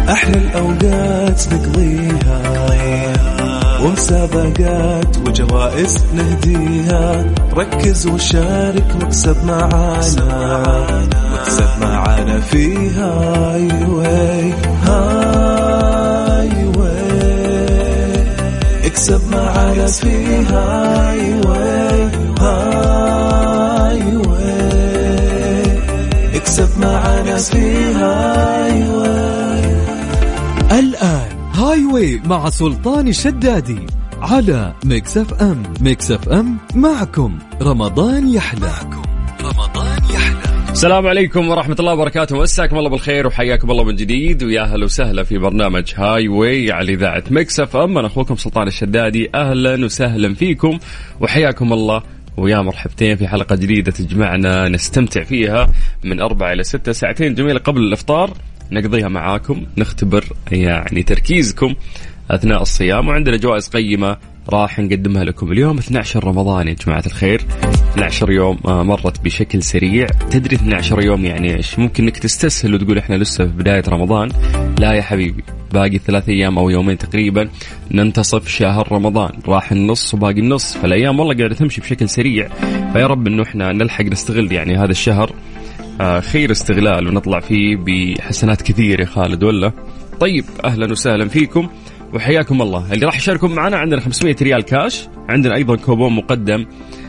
أحلى الأوقات نقضيها ومسابقات وجوائز نهديها. ركز وشارك واكسب معانا فيها. أيوة اكسب معانا فيها. أيوة اكسب معانا فيها. أيوة. الآن هاي واي مع سلطان الشدادي على ميكس اف ام. ميكس اف ام معكم رمضان يحلى. السلام عليكم ورحمة الله وبركاته. مساكم الله بالخير وحياكم الله من جديد ويا أهلا وسهلا في برنامج هاي واي على إذاعة ميكس اف ام. أنا أخوكم سلطان الشدادي، أهلا وسهلا فيكم وحياكم الله ويا مرحبتين في حلقة جديدة تجمعنا نستمتع فيها من 4 إلى 6 ساعتين جميلة قبل الإفطار نقضيها معاكم، نختبر يعني تركيزكم أثناء الصيام، وعندنا جوائز قيمة راح نقدمها لكم اليوم. 12 رمضان يا جماعة الخير، 12 يوم مرت بشكل سريع. تدري 12 يوم يعني إيش؟ ممكن إنك تستسهل وتقول إحنا لسه في بداية رمضان. لا يا حبيبي، باقي 3 أيام أو يومين تقريبا ننتصف شهر رمضان، راح النص وباقي النص، فالأيام والله قاعدة تمشي بشكل سريع. فيا رب إنه إحنا نلحق نستغل يعني هذا الشهر خير استغلال ونطلع فيه بحسنات كثير يا خالد ولا. طيب أهلا وسهلا فيكم وحياكم الله. اللي راح يشاركون معنا عندنا 500 ريال كاش، عندنا أيضا كوبون مقدم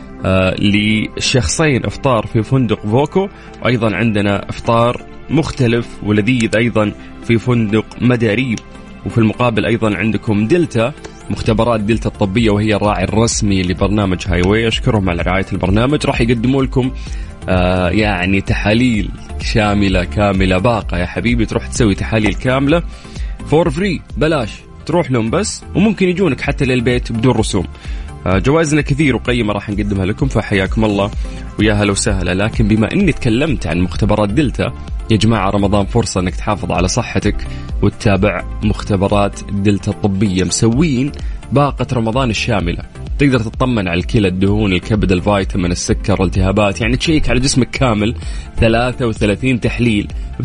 لشخصين إفطار في فندق فوكو، وأيضا عندنا إفطار مختلف ولذيذ أيضا في فندق مداريب. وفي المقابل أيضا عندكم دلتا، مختبرات دلتا الطبية وهي الراعي الرسمي لبرنامج هاي واي، أشكرهم على رعاية البرنامج. راح يقدموا لكم يعني تحاليل شاملة كاملة باقة يا حبيبي، تروح تسوي تحاليل كاملة فور فري بلاش، تروح لهم بس، وممكن يجونك حتى للبيت بدون رسوم. جوائزنا كثير وقيمة راح نقدمها لكم، فحياكم الله ويا هلا وسهلا. لكن بما أني تكلمت عن مختبرات دلتا يا جماعة، رمضان فرصة أنك تحافظ على صحتك وتتابع مختبرات دلتا الطبية. مسوين باقة رمضان الشاملة، تقدر تطمن على الكلى، الدهون، الكبد، الفيتامين، السكر، الالتهابات، يعني تشيك على جسمك كامل. 33 تحليل ب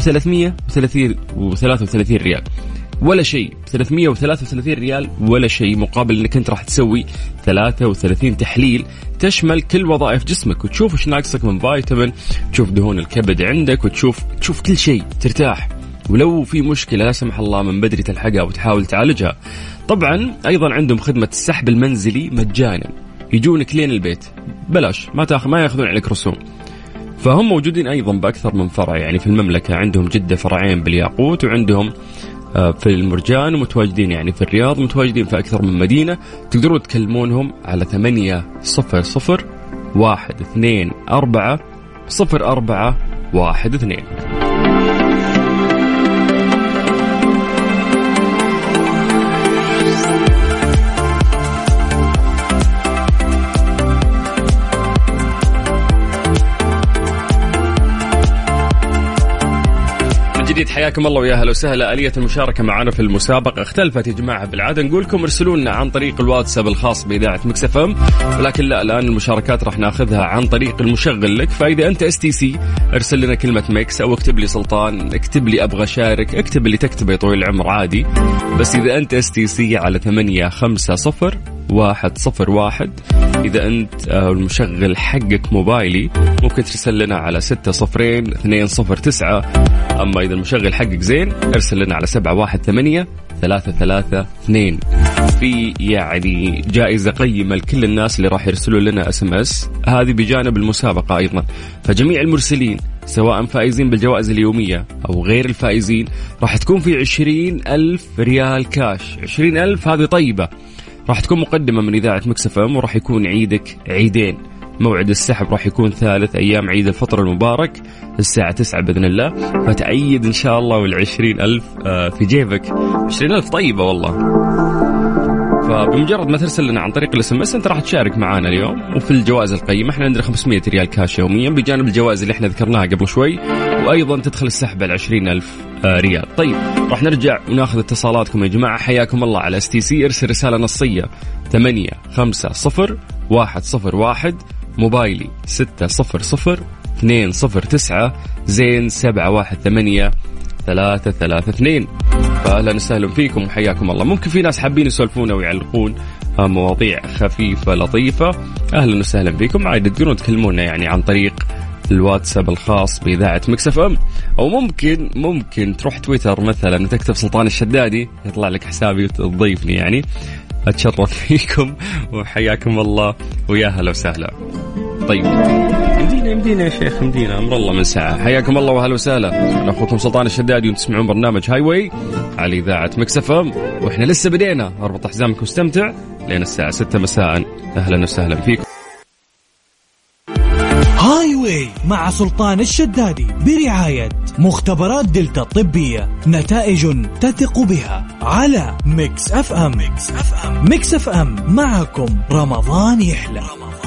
333 ريال ولا شيء، 333 ريال ولا شيء، مقابل انك انت راح تسوي 33 تحليل تشمل كل وظائف جسمك، وتشوف ايش ناقصك من فيتامين، تشوف دهون الكبد عندك، وتشوف كل شيء، ترتاح. ولو في مشكلة لا سمح الله من بدري تلحقها وتحاول تعالجها. طبعا أيضا عندهم خدمة السحب المنزلي مجانا، يجونك لين البيت بلاش، ما يأخذون عليك رسوم. فهم موجودين أيضا بأكثر من فرع يعني في المملكة، عندهم جدة فرعين بالياقوت، وعندهم في المرجان، ومتواجدين يعني في الرياض، متواجدين في أكثر من مدينة. تقدروا تكلمونهم على 800-124-0412. جديد حياكم الله ويا هلا وسهلا. آلية المشاركة معنا في المسابقة اختلفت يا جماعة بالعادة، نقول لكم ارسلوا لنا عن طريق الواتساب الخاص بإذاعة ميكس اف ام، ولكن لا، الآن المشاركات راح ناخذها عن طريق المشغل لك. فإذا أنت STC ارسل لنا كلمة ميكس، أو اكتب لي سلطان، اكتب لي أبغى شارك، اكتب اللي تكتبه يا طويل العمر عادي، بس إذا أنت STC على 850101. إذا أنت المشغل حقك موبايلي ممكن ترسل لنا على 60209. أما إذا المشغل حقك زين ارسل لنا على 718-332. في يعني جائزة قيمة لكل الناس اللي راح يرسلوا لنا SMS، هذه بجانب المسابقة أيضا. فجميع المرسلين سواء فائزين بالجوائز اليومية أو غير الفائزين راح تكون في 20,000 ريال كاش. 20,000 هذه طيبة، راح تكون مقدمة من إذاعة ميكس اف ام، وراح يكون عيدك عيدين. موعد السحب راح يكون 3 أيام عيد الفطر المبارك الساعة 9 بإذن الله، فتعيد إن شاء الله. وال20,000 في جيبك. 20,000 طيبة والله. فبمجرد ما ترسل لنا عن طريق الSMS أنت راح تشارك معنا اليوم. وفي الجوائز القيمة احنا عندنا 500 ريال كاش يوميا بجانب الجوائز اللي احنا ذكرناها قبل شوي، وأيضا تدخل السحب على 20,000 ريال. طيب راح نرجع وناخذ اتصالاتكم يا جماعة. حياكم الله على STC. ارسل رسالة نصية 850-101 موبايلي 600-209 زين 718-332. فأهلا وسهلا فيكم وحياكم الله. ممكن في ناس حابين يسولفون ويعلقون مواضيع خفيفة لطيفة، أهلا وسهلا فيكم. عادي تقدرون تكلمونا يعني عن طريق الواتساب الخاص بإذاعة ميكس اف ام، أو ممكن تروح تويتر مثلا وتكتب سلطان الشدادي يطلع لك حسابي وتضيفني، يعني أتشرف فيكم وحياكم الله ويا هلا وسهلا. طيب مدينة يا شيخ، مدينة أمر الله من ساعة. حياكم الله وهلا وسهلا، أنا أخوكم سلطان الشدادي وتسمعون برنامج هاي واي على إذاعة ميكس اف ام، وإحنا لسه بدينا. أربط حزامك واستمتع لين الساعة 6 مساء. أهلا وسهلا فيكم. هاي واي مع سلطان الشدادي برعاية مختبرات دلتا الطبية، نتائج تثق بها على ميكس اف ام. ميكس اف ام معكم رمضان يحلى.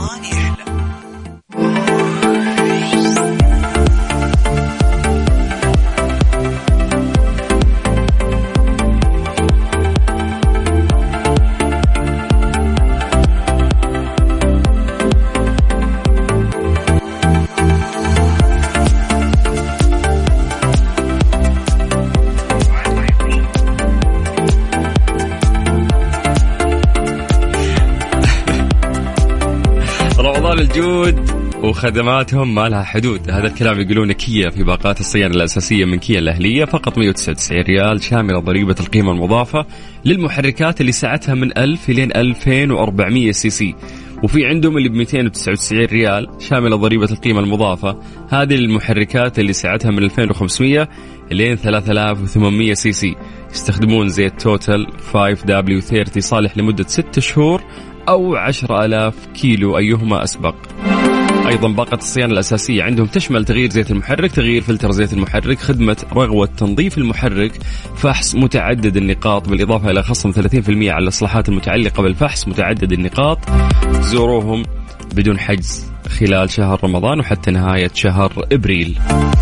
الجود وخدماتهم ما لها حدود، هذا الكلام يقولونه كيا في باقات الصيانة الأساسية من كيا الأهلية، فقط 199 ريال شاملة ضريبة القيمة المضافة للمحركات اللي سعتها من 1000 إلى 2400 سي سي، وفي عندهم اللي ب 299 ريال شاملة ضريبة القيمة المضافة، هذه المحركات اللي سعتها من 2500 إلى 3800 سي سي. يستخدمون زيت توتال 5W30 صالح لمدة 6 شهور أو 10,000 كيلو أيهما أسبق. أيضا باقة الصيانة الأساسية عندهم تشمل تغيير زيت المحرك، تغيير فلتر زيت المحرك، خدمة رغوة تنظيف المحرك، فحص متعدد النقاط، بالإضافة إلى خصم 30% على الإصلاحات المتعلقة بالفحص متعدد النقاط. زوروهم بدون حجز خلال شهر رمضان وحتى نهاية شهر إبريل.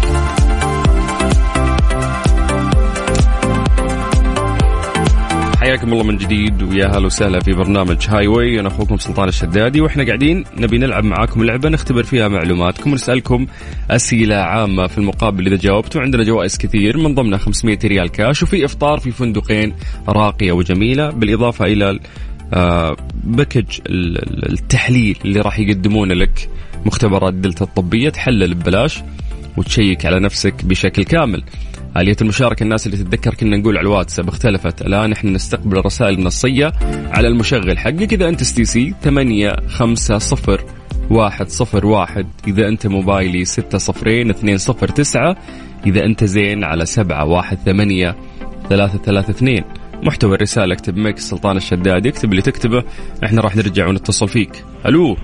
حياكم الله من جديد ويا هلا وسهلا في برنامج هاي واي. أنا أخوكم سلطان الشدادي، وإحنا قاعدين نبي نلعب معاكم لعبة نختبر فيها معلوماتكم ونسألكم أسئلة عامة، في المقابل إذا جاوبتوا عندنا جوائز كثير، من ضمنها 500 ريال كاش، وفي إفطار في فندقين راقية وجميلة، بالإضافة إلى باكج التحليل اللي راح يقدمون لك مختبرات دلتا الطبية، تحلل ببلاش وتشيك على نفسك بشكل كامل. آلية المشاركة، الناس اللي تتذكر كنا نقول على الواتساب اختلفت، الآن احنا نستقبل الرسائل النصية على المشغل حقك إذا أنت STC 850101، إذا أنت موبايلي 60209، إذا أنت زين على 718332. محتوى الرسالة اكتب ميكس سلطان الشدادي، اكتب اللي تكتبه، احنا راح نرجع ونتصل فيك. ألو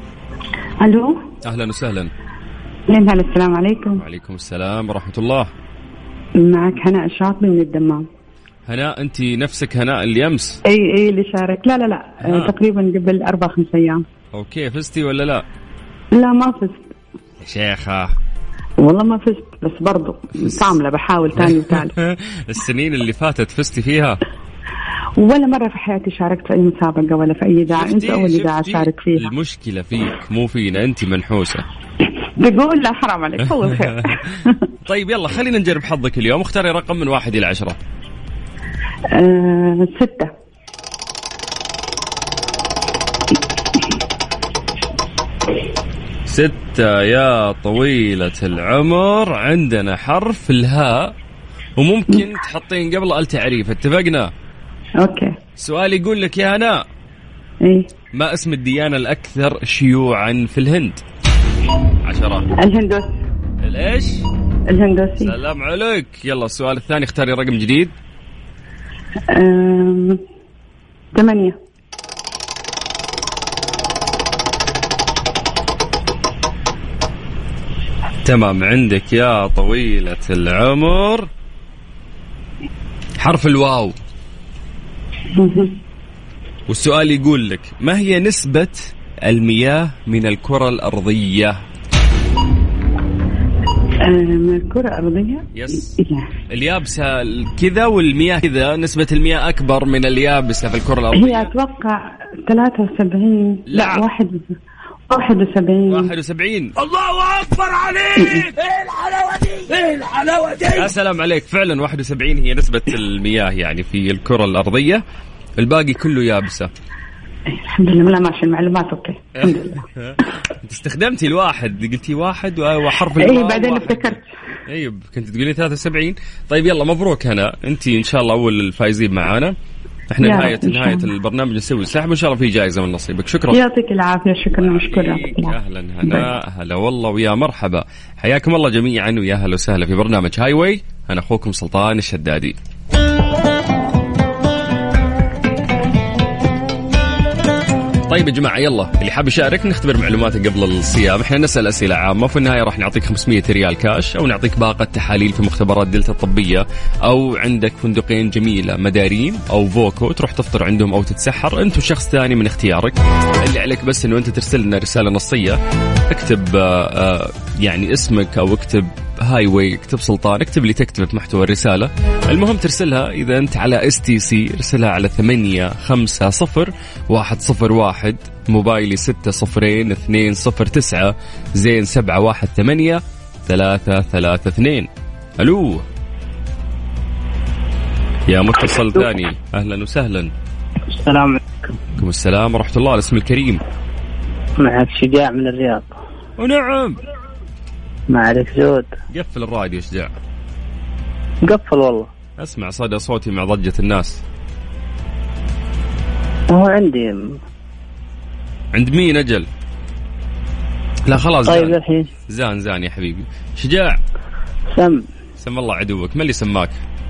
أهلا وسهلا. السلام عليكم. وعليكم السلام ورحمة الله. معك هناء الشاطبي من الدمام. هناء أنت نفسك هناء اللي أمس؟ أي اللي شارك. لا تقريبا قبل 4-5 أيام. أوكي، فزتي ولا لا؟ لا ما فزت يا شيخة، والله ما فزت، بس برضو كاملة بحاول تاني وثالث. السنين اللي فاتت فزتي فيها؟ ولا مرة في حياتي شاركت في أي مسابقة ولا في أي إذاعة، أنت أول إذاعة شارك فيها. المشكلة فيك مو فينا، أنت منحوسة. بقول لا حرام عليك، والله خير. طيب يلا خلينا نجرب حظك اليوم، اختاري رقم من 1 إلى 10. 6. 6 يا طويلة العمر. عندنا حرف الهاء، وممكن تحطين قبل التعريف، اتفقنا؟ أوكي. سؤال يقول لك يا هناء، ما اسم الديانة الأكثر شيوعا في الهند؟ 10. الهندوسي. الإيش؟ الهندوسي. سلام عليك. يلا السؤال الثاني، اختاري رقم جديد. 8. تمام، عندك يا طويلة العمر حرف الواو. والسؤال يقول لك، ما هي نسبة المياه من الكرة الأرضية؟ من الكرة الأرضية؟ يس. اليابسة كذا والمياه كذا، نسبة المياه أكبر من اليابسة في الكرة الأرضية. هي أتوقع 73. لا 1 71. الله أكبر عليك. ايه الحلاوة دي، ايه الحلاوة دي. يا سلام عليك، فعلا 71 هي نسبة المياه يعني في الكرة الأرضية، الباقي كله يابسة. الحمد لله، لا ماشي المعلومات اوكي الحمد لله. انت استخدمتي الواحد، قلتي واحد وحرف اي بعدين افتكرت. ايوه كنت تقولي 73. طيب يلا مبروك هنا، انت ان شاء الله اول الفايزين معانا. احنا نهاية البرنامج نسوي السحب وان شاء الله في جائزة من نصيبك. شكرا، يعطيك العافية. شكرا مشكورة. اهلا هلا والله ويا مرحبا، حياكم الله جميعا ويا هلا وسهلا في برنامج هاي واي. انا اخوكم سلطان الشدادي. طيب يا جماعة يلا اللي حاب يشارك نختبر معلوماته قبل الصيام. احنا نسأل أسئلة عامة، في النهاية راح نعطيك 500 ريال كاش، أو نعطيك باقة تحاليل في مختبرات دلتا الطبية، أو عندك فندقين جميلة مدارين أو فوكو تروح تفطر عندهم أو تتسحر أنت وشخص ثاني من اختيارك. اللي عليك بس إنه أنت ترسل لنا رسالة نصية، اكتب يعني اسمك أو اكتب هاي واي، اكتب سلطان، اكتب اللي تكتب في محتوى الرسالة. المهم ترسلها إذا أنت على STC ارسلها على 850101، موبايلي 600209 زين 718-332. ألو يا متصل ثاني، أهلا وسهلا. السلام عليكم. عليكم السلام ورحمة الله. الاسم الكريم. معك شجاع من الرياض. ونعم. معك زود. قفل الراديو شجاع. قفل والله. أسمع صدى صوتي مع ضجة الناس. هو عندي. عند مين أجل؟ لا خلاص. طيب الحين. زان يا حبيبي. شجاع. سم الله عدوك. ما اللي سماك؟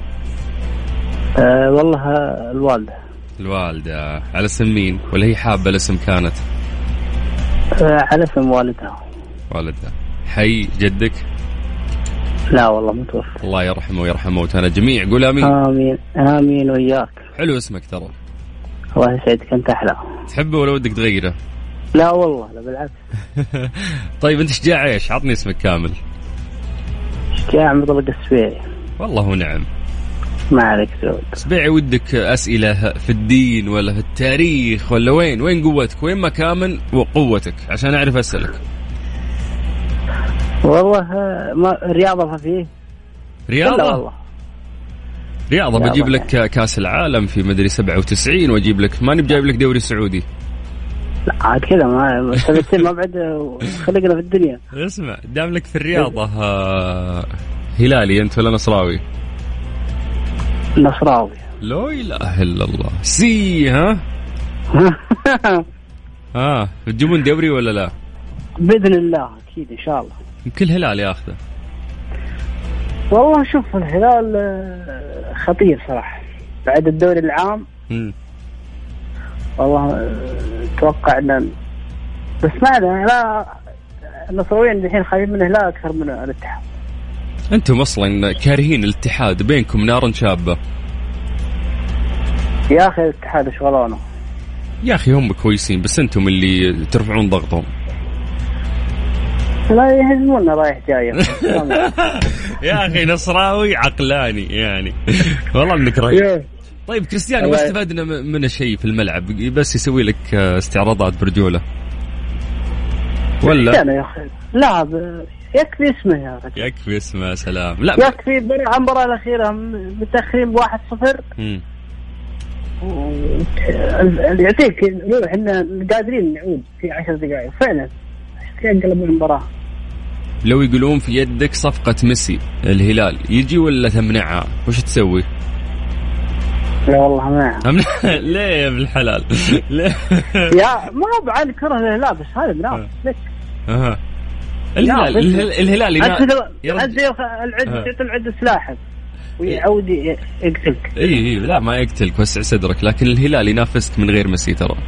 والله الوالدة. على اسم مين؟ ولا هي حابة الاسم كانت؟ على اسم والدها. حي جدك؟ لا والله متوفى. الله يرحمه ويرحم موتانا جميع. قول آمين. آمين وإياك. حلو اسمك ترى. الله يسعدك، أنت أحلى. تحبه ولا ودك تغيره؟ لا والله لا بالعكس. طيب أنت شجاع إيش؟ عطني اسمك كامل. شجاع مطلق السبيعي. والله ونعم. ما عليك زود. سبيعي، ودك أسئلة في الدين ولا في التاريخ ولا وين قوتك؟ وين مكامن وقوتك عشان أعرف أسألك؟ والله رياضة فيه. رياضة بجيب لك كاس العالم في مدري 97، واجيب لك ماني بجايب لك دوري سعودي. لا عاد كذا ما بعد خلقنا في الدنيا. اسمع دام لك في الرياضة هلالي أنت ولا نصراوي؟ نصراوي. لا إله إلا الله. ها تجيبون دوري ولا لا؟ بإذن الله أكيد إن شاء الله. كل هلال ياخذه. والله شوف الهلال خطير صراحة بعد الدوري العام. والله أتوقع أن بس ما لا النصراويين الحين خايفين من الهلال أكثر من الاتحاد. أنتم أصلا كارهين الاتحاد، بينكم نار شابة. يا أخي الاتحاد شغلانه. يا أخي هم كويسين بس أنتم اللي ترفعون ضغطهم. لا يهزمونا رايح جاي. يا أخي نصراوي عقلاني يعني. والله إنك رهيب. طيب كريستيانو ما استفدنا من شيء في الملعب، بس يسوي لك استعراضات برجولة ولا؟ يا أخي لا يكفي اسمه يا رجل. يكفي اسمه. سلام. لا يكفي المباراة الأخيرة متأخرين 1-0. يعطيك روح إحنا قادرين نعود في 10 دقائق فعلا. قلب المباراة. لو يقولون في يدك صفقة ميسي الهلال يجي ولا تمنعها؟ وش تسوي؟ لا والله ما ليه يا ابن الحلال؟ ليه؟ يا ما بعد كره الهلال بس هذا بنافس لك. الهلال العد سلاحف ويعود يقتلك. اي لا ما يقتلك وسع صدرك، لكن الهلال ينافسك من غير ميسي ترى.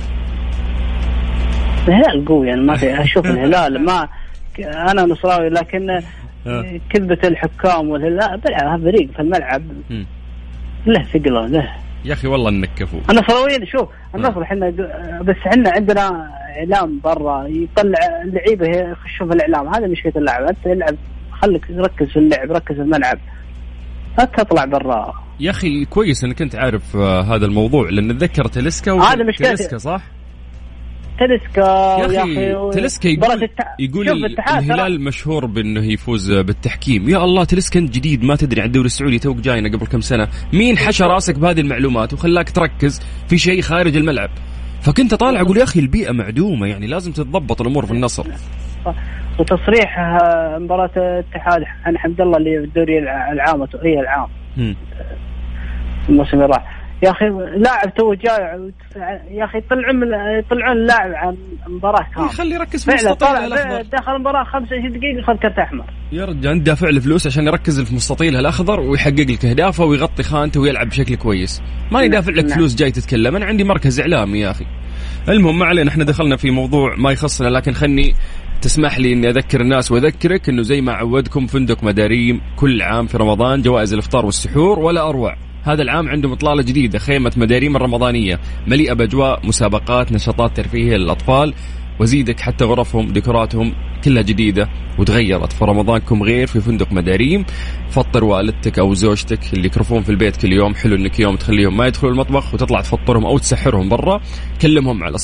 الهلال قوي يعني ما في. أشوف الهلال ما أنا نصراوي لكن كذبة الحكام والهلال بلعب فريق في الملعب له ثقله له. يا أخي والله إنك كفو. النصراويين شوف النصر إحنا بس إحنا عندنا إعلام برا يطلع اللعيبة يخشون في الإعلام، هذا مشكلة اللاعب. أنت العب خليك ركز في اللعب، ركز في الملعب، لا تطلع برا. يا أخي كويس إنك أنت عارف هذا الموضوع، لأن تذكرت تلسكا هذا مشكلة تلسكا صح؟ تلسكا يا أخي تلسكا يقول الهلال مشهور بأنه يفوز بالتحكيم. يا الله تلسكا جديد ما تدري عن الدوري السعودي توك جاينا قبل كم سنة. مين حشى راسك بهذه المعلومات وخلاك تركز في شيء خارج الملعب؟ فكنت طالع أقول يا أخي البيئة معدومة يعني لازم تتضبط الأمور في النصر. وتصريح مباراة الاتحاد عن حمد الله اللي في الدوري العام هي العام الموسم راح يا أخي لاعب تو جاي يا أخي يطلعون اللاعب عن مباراة كاملة خلي يركز في المستطيل الأخضر. دخل المباراة 25 دقيقة خذ كرت أحمر. يا رجال عنده دافع الفلوس عشان يركز في مستطيلها الأخضر ويحقق لك أهدافه ويغطي خانته ويلعب بشكل كويس. ما يدافع لك فلوس جاي تتكلم. أنا عندي مركز إعلامي يا أخي. المهم ما علينا احنا دخلنا في موضوع ما يخصنا لكن خلني تسمح لي اني اذكر الناس واذكرك انه زي ما عودكم فندق مداريم كل عام في رمضان جوائز الافطار والسحور ولا اروع. هذا العام عندهم اطلاله جديده خيمه مداريم الرمضانيه مليئه باجواء مسابقات نشاطات ترفيهيه للاطفال وزيدك حتى غرفهم ديكوراتهم كلها جديده وتغيرت. فرمضانكم غير في فندق مداريم. فطر والدتك او زوجتك اللي يكرفون في البيت كل يوم. حلو انك يوم تخليهم ما يدخلوا المطبخ وتطلع تفطرهم او تسحرهم برا. كلمهم على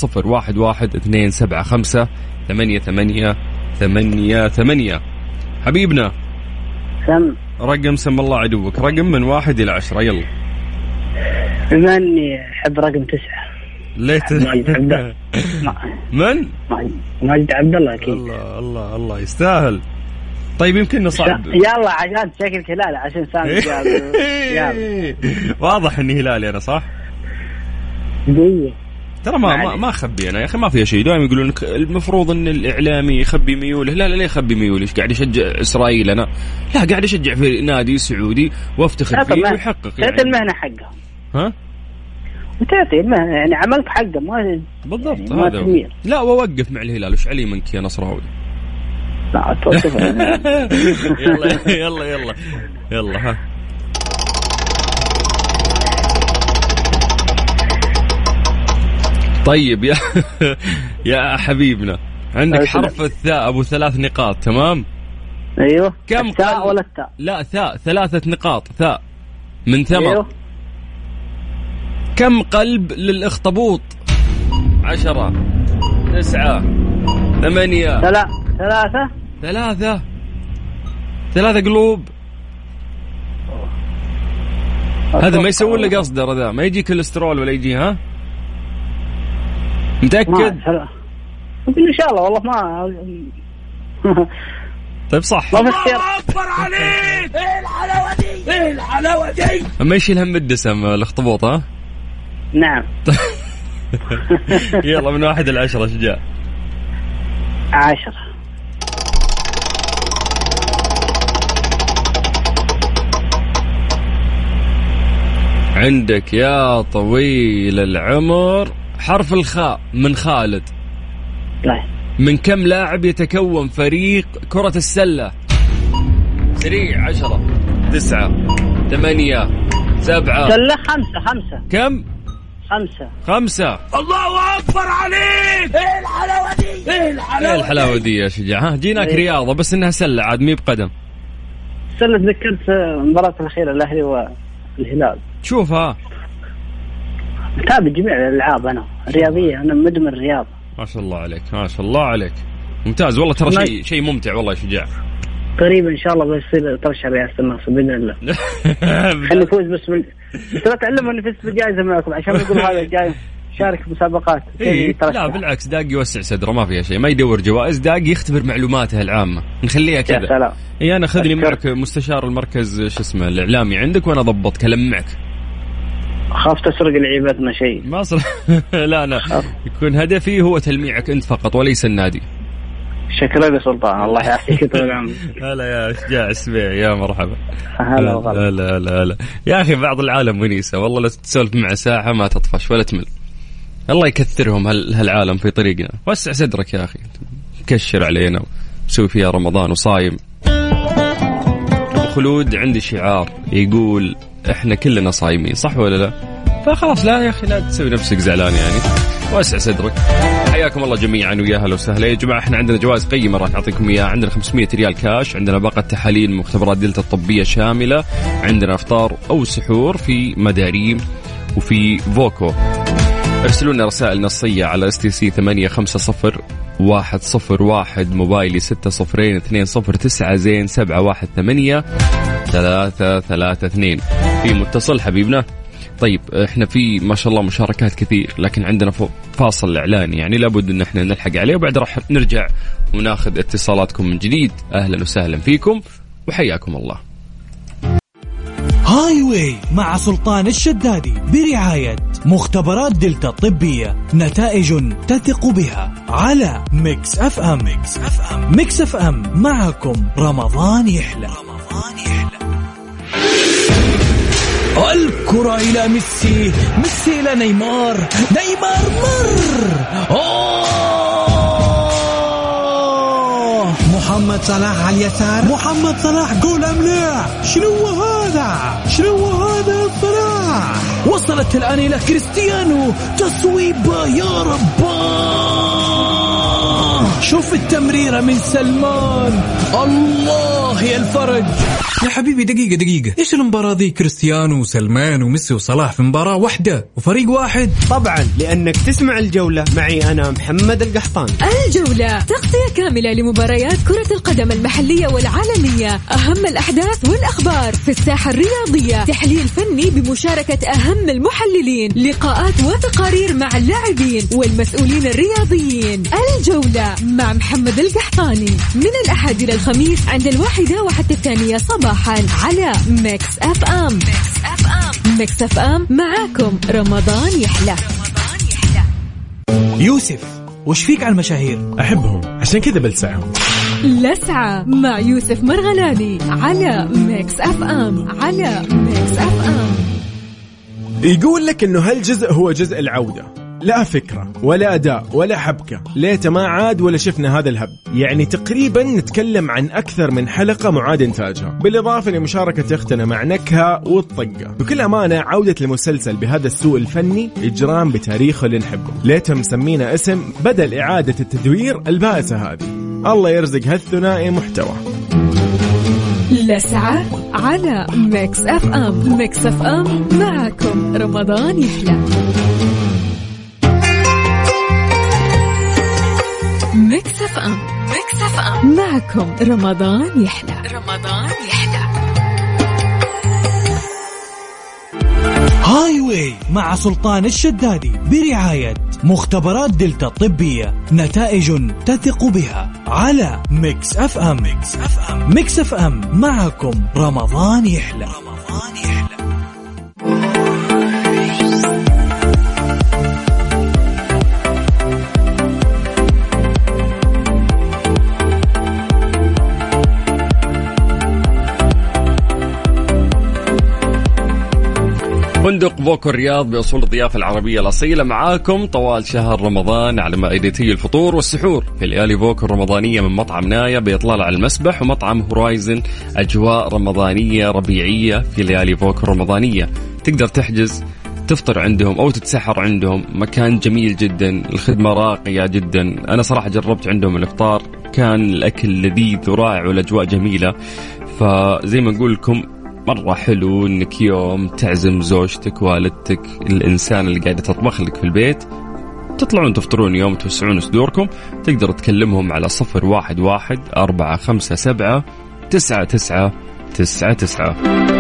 0112758888 حبيبنا رقم سم الله عدوك رقم من 1 إلى 10. يلا بما اني احب رقم 9 ليه من ماجد عبد الله اكيد. الله يستاهل. طيب يمكن نصعب يلا عشان شكلك هلال عشان سامي يلا واضح اني هلالي انا صح ترى ما اخبي انا يا اخي ما فيها شيء. دائما يقولون المفروض ان الاعلامي يخبي ميوله. لا ليه يخبي ميوله؟ ايش قاعد يشجع اسرائيل انا؟ لا قاعد يشجع في نادي سعودي وافتخر فيه ويحقق يعني المهنه حقه. ها وتعطي المهنه يعني عملت حقه ما بالضبط يعني هذا لا ووقف مع الهلال. وش علي منك يا نصراوي؟ لا توقف يلا ها طيب يا حبيبنا عندك حرف الثاء أبو 3 نقاط تمام. أيوه كم الثاء ولا التاء؟ لا ثاء 3 نقاط ثاء من ثمر. أيوه. كم قلب للأخطبوط؟ 10 9 8 3 قلوب. هذا ما يسوون له قصدر ذا ما يجي كوليسترول ولا يجي ها متأكد؟ إن شاء الله والله ما طيب صح. الله أكبر عليك. إيه الحلاوة دي أما يشيل هم الدسم الأخطبوط ها؟ نعم. يلا من 1 إلى 10 شجاع. 10. عندك يا طويل العمر حرف الخاء من خالد. لا. من كم لاعب يتكون فريق كرة السلة؟ سريع. 10 9 8 7 سلة 5. كم؟ 5. الله أكبر عليك. إيه الحلاوة دي إيه الحلاوة دي يا شجاع. ها جيناك رياضة بس إنها سلة عاد مي بقدم. سلة تذكرت المباراة الأخيرة الأهلي والهلال. شوفها متابع جميع الألعاب أنا رياضية أنا مدمن رياضة. ما شاء الله عليك ما شاء الله عليك ممتاز والله ترى شيء ممتع والله يا شجاع. قريبا إن شاء الله بيصير ترشح رئاسة النصر بإذن الله. خلي نفوز بس لا تعلموا إني فزت بالجائزة معكم عشان نقول هذا جاي شارك مسابقات. لا بالعكس داق يوسع صدره ما فيها شيء ما يدور جوائز داق يختبر معلوماتها العامة نخليها كذا. أنا خذني معك مستشار المركز شو اسمه الإعلامي عندك وأنا ضبط كلام معك. خاف تسرق لعيبتنا شيء ما صار. لا أنا يكون هدفي هو تلميعك أنت فقط وليس النادي. شكرا يا سلطان الله يعافيك طول العمر. هلا يا شجاع السبيع يا مرحبا. هلا يا أخي بعض العالم ونيسة والله لا تسولف مع ساعة ما تطفش ولا تمل. الله يكثرهم هالعالم في طريقنا. وسع صدرك يا أخي كشر علينا وسوي فيها رمضان وصايم. خلود عندي شعار يقول إحنا كلنا صايمين صح ولا لا؟ فخلاص لا يا أخي لا تسوي نفسك زعلان يعني واسع صدرك. حياكم الله جميعا ويا هلا وسهلا يا جماعة. احنا عندنا جوائز قيمة راح نعطيكم اياها. عندنا 500 ريال كاش. عندنا باقة تحاليل مختبرات دلتا الطبية شاملة. عندنا افطار او سحور في مداريم وفي فوكو. ارسلوا لنا رسائل نصية على STC 850101 موبايلي 600209 زين 718-332. في متصل حبيبنا. طيب احنا في ما شاء الله مشاركات كثير، لكن عندنا فاصل اعلاني يعني لابد ان احنا نلحق عليه، وبعد راح نرجع وناخذ اتصالاتكم من جديد. اهلا وسهلا فيكم وحياكم الله. هاي واي مع سلطان الشدادي برعاية مختبرات دلتا الطبية، نتائج تثق بها على ميكس اف ام. ميكس اف ام معكم رمضان يحلى. الكرة إلى ميسي إلى نيمار مر. محمد صلاح على اليسار، محمد صلاح جول أم لا؟ شنو هذا يا صلاح؟ وصلت الآن إلى كريستيانو، تصويبة يا رباه. شوف التمريرة من سلمان، الله يا الفرج. يا حبيبي دقيقة، إيش المباراة ذي؟ كريستيانو وسلمان وميسي وصلاح في مباراة واحدة وفريق واحد؟ طبعا لأنك تسمع الجولة معي أنا محمد القحطان. الجولة تغطية كاملة لمباريات كرة القدم المحلية والعالمية، أهم الأحداث والأخبار في الساحة الرياضية، تحليل فني بمشاركة أهم المحللين، لقاءات وتقارير مع اللاعبين والمسؤولين الرياضيين. الجولة مع محمد القحطاني من الأحد إلى الخميس عند 1 وحتى 2 صباحا على ميكس اف ام. ميكس اف ام معاكم رمضان يحلى. يوسف وش فيك على المشاهير؟ أحبهم عشان كذا بلسعهم. لسعة مع يوسف مرغلاني على ميكس اف ام. يقول لك إنه هالجزء هو جزء العودة، لا فكرة ولا أداء ولا حبكة، ليته ما عاد ولا شفنا هذا الهب. يعني تقريبا نتكلم عن أكثر من حلقة معاد إنتاجها، بالإضافة لمشاركة أختنا مع نكهة والطقة. بكل أمانة عودة المسلسل بهذا السوء الفني إجرام بتاريخه اللي نحبه. ليته مسمينا اسم بدل إعادة التدوير البائسة هذه. الله يرزق هالثنائي محتوى. لسعة على ميكس اف ام. ميكس اف ام معكم رمضان يحلى. ميكس اف ام معكم رمضان يحلى. هاي واي مع سلطان الشدادي برعاية مختبرات دلتا الطبية، نتائج تثق بها على ميكس اف ام. ميكس اف ام معكم رمضان يحلى. فندق فوكو الرياض بأصول الضيافة العربية الأصيلة معاكم طوال شهر رمضان على مائدتي الفطور والسحور في ليالي فوكو الرمضانية من مطعم نايا بإطلالة على المسبح ومطعم هورايزن. أجواء رمضانية ربيعية في ليالي فوكو الرمضانية. تقدر تحجز تفطر عندهم أو تتسحر عندهم. مكان جميل جدا، الخدمة راقية جدا. أنا صراحة جربت عندهم الإفطار، كان الأكل لذيذ ورائع والأجواء جميلة. فزي ما نقول لكم مرة حلو إنك يوم تعزم زوجتك والدتك الإنسان اللي قاعدة تطبخ لك في البيت، تطلعون تفطرون يوم توسعون صدوركم. تقدر تكلمهم على 011-457-9999.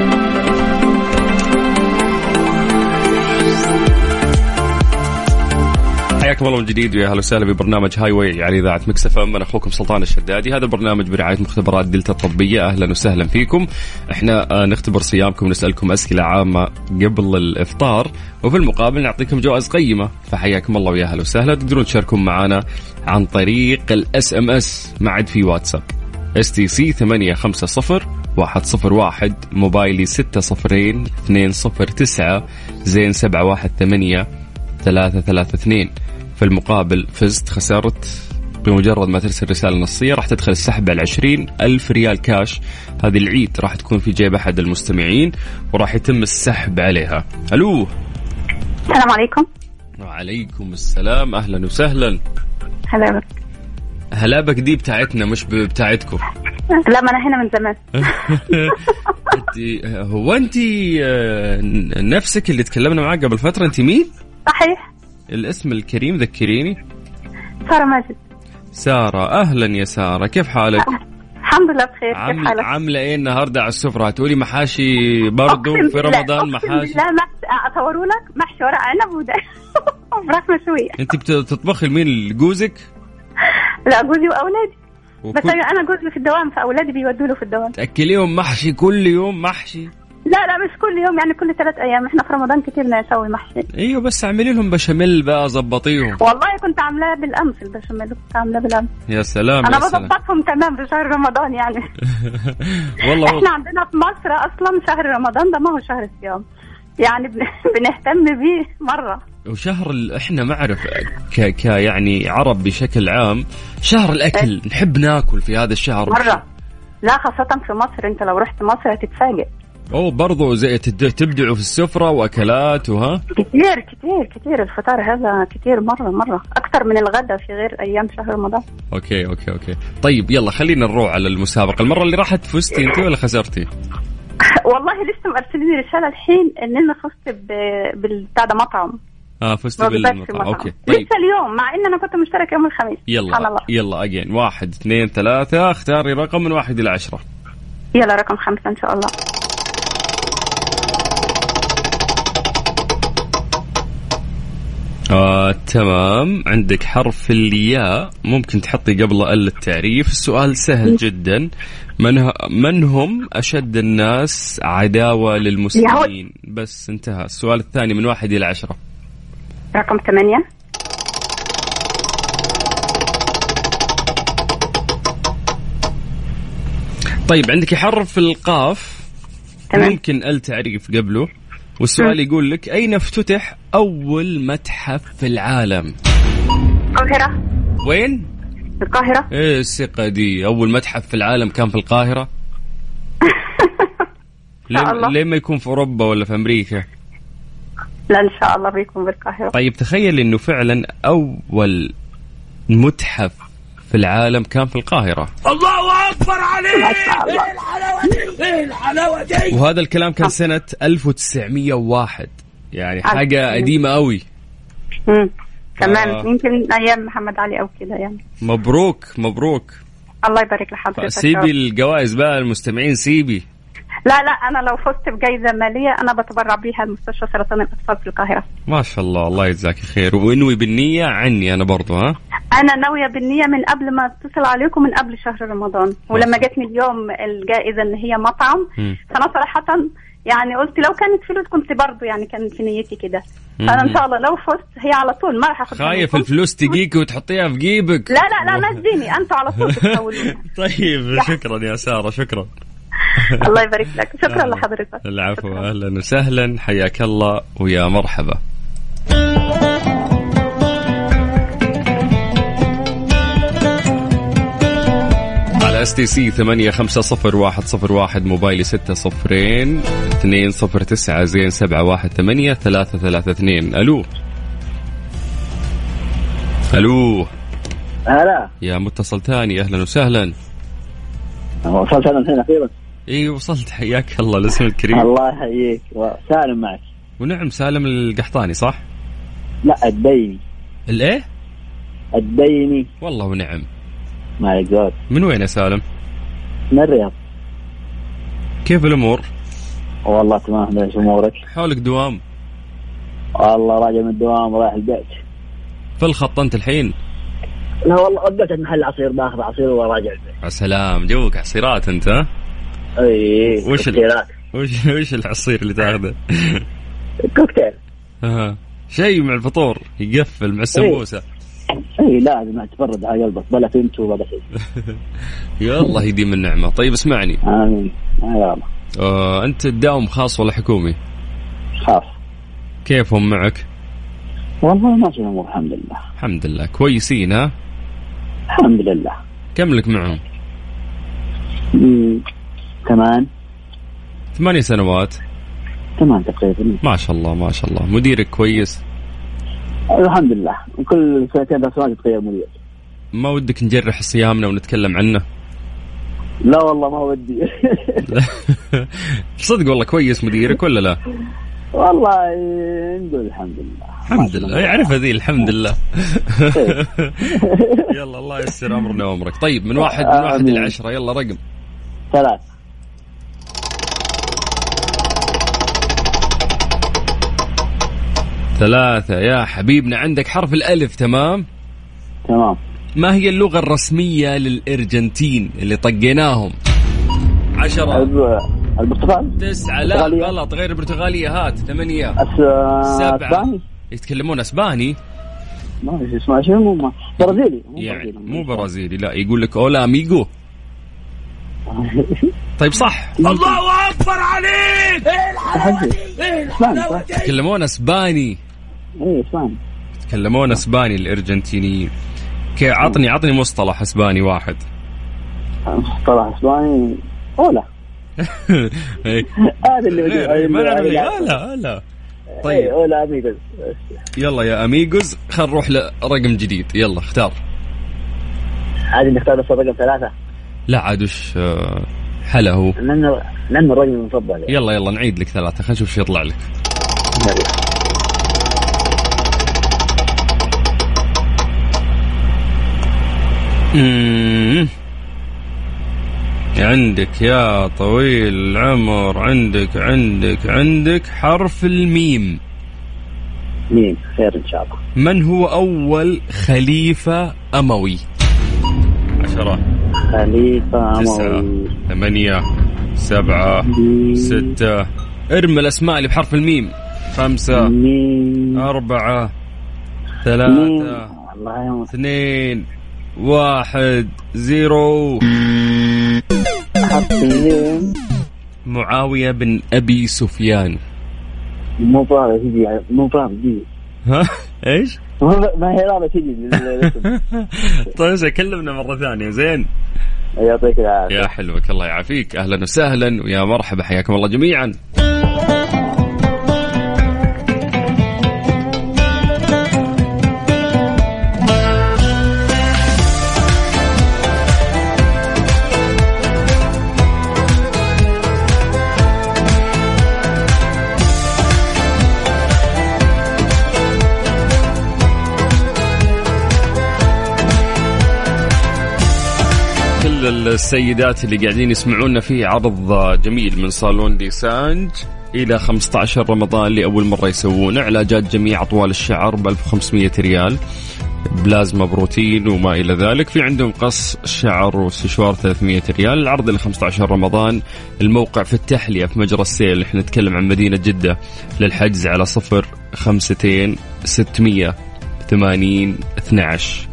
حياكم الله من جديد ويا اهلا وسهلا ببرنامج هاي واي على اذاعه ميكس اف ام. انا اخوكم سلطان الشدادي. هذا البرنامج برعايه مختبرات دلتا الطبيه. اهلا وسهلا فيكم. احنا نختبر صيامكم ونسالكم اسئله عامه قبل الافطار، وفي المقابل نعطيكم جوائز قيمه. فحياكم الله ويا اهلا وسهلا. تقدرون تشاركون معنا عن طريق الاس ام اس، ما عاد في واتساب. STC 850101 موبايلي 600209 زين 718-332. في المقابل فزت خسرت، بمجرد ما ترسل رسالة نصية راح تدخل السحب على 20,000 ريال كاش. هذه العيد راح تكون في جيب أحد المستمعين وراح يتم السحب عليها. ألو، السلام عليكم. وعليكم السلام، أهلا وسهلا. هلا بك. هلا بك دي بتاعتنا مش بتاعتكم. لا، ما أنا هنا من زمان. هو أنت نفسك اللي تكلمنا معك قبل فترة؟ أنت مين؟ صحيح. الاسم الكريم ذكريني. سارة ماجد. سارة، أهلا يا سارة، كيف حالك؟ الحمد لله بخير. كيف حالك؟ عاملة إيه النهاردة على السفرة؟ تقولي محاشي برضو في رمضان؟ محاشي. لا أصوروا لك محشي ورق عنب وفراخ مشوية. أنت بتطبخي لمين؟ جوزك؟ لا جوزي وأولادي. بس أنا جوزي في الدوام، فأولادي بيودوا له في الدوام. تأكليهم محشي كل يوم محشي؟ لا مش كل يوم، يعني كل 3 أيام. إحنا في رمضان كتير نسوي محشي. أيوه بس اعملي لهم بشاميل بقى، زبطيهم. والله كنت عاملاه بالأمس البشاميل، كنت عاملاه بالأمس. يا سلام. أنا بظبطهم تمام في شهر رمضان يعني. والله إحنا عندنا في مصر أصلا شهر رمضان ده ما هو شهر الصيام، يعني بنهتم بيه مرة. وشهر احنا معرف يعني عرب بشكل عام شهر الأكل. نحب ناكل في هذا الشهر مرة. لا خاصة في مصر، أنت لو رحت مصر هتتفاجئ. برضو زي تبدعوا في السفرة وأكلات وها كتير كتير كتير. الفطار هذا كتير مرة أكتر من الغداء في غير أيام شهر رمضان. أوكي. طيب يلا خلينا نروح على المسابقة. المرة اللي راحت فزتي أنت ولا خسرتي؟ والله لسه مرسلين رسالة الحين إن أنا فزت بالبتاع ده مطعم. فزت بالمطعم. أوكي طيب. لسه اليوم مع إن أنا كنت مشترك يوم الخميس. يلا أجين 1 2 3 اختاري رقم من 1 إلى 10. يلا رقم 5 إن شاء الله. تمام. عندك حرف الياء، ممكن تحطي قبله التعريف. السؤال سهل جدا. من هم أشد الناس عداوة للمسلمين؟ بس انتهى. السؤال الثاني من 1 إلى 10. رقم 8. طيب عندك حرف القاف. تمام. ممكن التعريف قبله. والسؤال يقول لك أين افتتح أول متحف في العالم؟ القاهرة. وين؟ القاهرة. إيه الثقة دي؟ أول متحف في العالم كان في القاهرة؟ ليه ما يكون في أوروبا ولا في أمريكا؟ لا إن شاء الله بيكون بالقاهرة. طيب تخيل إنه فعلا أول متحف في العالم كان في القاهرة. الله أكبر عليك. إيه الحلاوة دي. وهذا الكلام كان سنة 1901، يعني حاجة قديمة قوي. تمام. يمكن أيام محمد علي أو كده يعني. مبروك. الله يبارك لحضرتك. سيبي الجوائز بقى المستمعين، سيبي. لا أنا لو فزت بجائزة مالية أنا بتبرع بيها لمستشفى سرطان الأطفال في القاهرة. ما شاء الله، الله يجزاك خير. وانوي بالنية عني أنا برضو. أنا ناوية بالنية من قبل ما اتصل عليكم، من قبل شهر رمضان. ولما جاتني اليوم الجائزة إن هي مطعم، فأنا صراحة يعني قلت لو كانت فلوس كنت برضو يعني كان في نيتي كده. فأنا إن شاء الله لو فزت هي على طول ما راح أخذ. خايف الفلوس تجيك وتحطيها في جيبك. لا ما تجيني، أنتوا على طول تحولوني. طيب شكرا يا سارة، شكرا. الله يبارك لك. شكرا لحضرتك. العفو. أهلا وسهلا، حياك الله ويا مرحبا. على STC 850101 موبايلي 60 209 718 332. ألو هلا يا متصل ثاني. أهلا وسهلا. وصلت أنا الحين أخيرا. إيه وصلت، حياك الله. الاسم الكريم. الله يحييك. سالم معك. ونعم سالم القحطاني صح؟ لا الديني. الإيه؟ الديني. والله ونعم. ما يقول. من وين يا سالم؟ من الرياض. كيف الأمور؟ والله تمام. ليش أمورك؟ حولك دوام؟ والله راجع من الدوام رايح البيت. في الخط أنت الحين؟ لا والله وقفت محل عصير باخذ عصير وراجع البيت. يا سلام، جوك عصيرات أنت ها؟ اي. وش العصير اللي تاخذه؟ كوكتيل. شيء مع الفطور يقفل مع السمبوسة. اي لازم تفرد على قلبك بلا فيمتو ولا شيء. يا الله يديم النعمة. طيب اسمعني. امين. يا الله. انت تداوم خاص ولا حكومي؟ خاص. كيفهم معك؟ والله ماشي الامور الحمد لله. الحمد لله. كويسين ها؟ الحمد لله. كم لك معهم؟ 8 سنوات. 8 تقريبا. ما شاء الله ما شاء الله. مديرك كويس؟ الحمد لله. كل 2 سنوات يتغير مدير. ما ودك نجرح صيامنا ونتكلم عنه؟ لا والله ما ودي. صدق والله كويس مديرك ولا لا؟ والله نقول الحمد لله. الحمد لله يعرف هذه الحمد لله. يلا الله يسر أمرنا وأمرك. طيب من واحد إلى 10 يلا رقم. 3. 3 يا حبيبنا. عندك حرف الألف. تمام. ما هي اللغة الرسمية للأرجنتين اللي طقيناهم؟ 10. البرتغال. 9. لا غلط، غير البرتغالية. هات 8. 7. يتكلمون أسباني. ما اسمه شنو؟ برازيلي. يعني مو برازيلي. لا يقول لك أولا أميغو. طيب صح. الله أكبر عليك. يتكلمون أسباني. اسباني. يتكلمون أسباني الأرجنتينيين. كي عطني مصطلح أسباني واحد. مصطلح أسباني أولا. هذا اللي لا. طيب أولا أميغوز. يلا يا أميغوز خل نروح لرقم جديد. يلا اختار. عادي نختار بس رقم 3. لا عاد وش حلا هو لأنه الرقم المفضل. يلا نعيد لك 3. خلينا نشوف شو يطلع لك. عندك يا طويل العمر عندك حرف الميم. ميم. خير إن شاء الله. من هو أول خليفة أموي؟ 10. خليفة 9. 8. 7. 6. ارمي الأسماء اللي بحرف الميم. 5. 4. 3. 2. 1. 0. معاوية بن أبي سفيان. مو بعرف تجي. ها إيش؟ ما هي رابع تجي. طيب كلمنا مرة ثانية. زين يعطيك العافية. يا حلوك الله يعافيك. أهلا وسهلا ويا مرحبا حياكم الله جميعا. السيدات اللي قاعدين يسمعونا في عرض جميل من صالون دي سانج إلى 15 رمضان لأول مرة يسوونه. علاجات جميع أطوال الشعر ب1500 ريال، بلازما بروتين وما إلى ذلك. في عندهم قص الشعر واستشوار 300 ريال. العرض إلى 15 رمضان. الموقع في التحلية في مجرى السيل. احنا نتكلم عن مدينة جدة. للحجز على 052 680 12.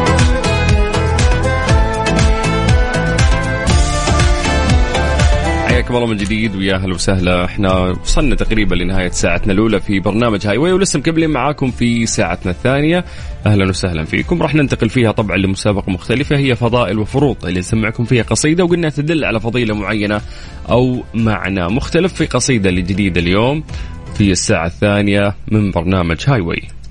حياكم الله من جديد ويا اهلا وسهلا. احنا وصلنا تقريبا لنهاية ساعتنا الأولى في برنامج هاي واي، ولسه مكملين معاكم في ساعتنا الثانية. اهلا وسهلا فيكم. راح ننتقل فيها طبعا لمسابقة مختلفة، هي فضائل وفروض، اللي نسمعكم فيها قصيدة وقلنا تدل على فضيلة معينة أو معنى مختلف في قصيدة الجديدة اليوم في الساعة الثانية من برنامج هاي واي.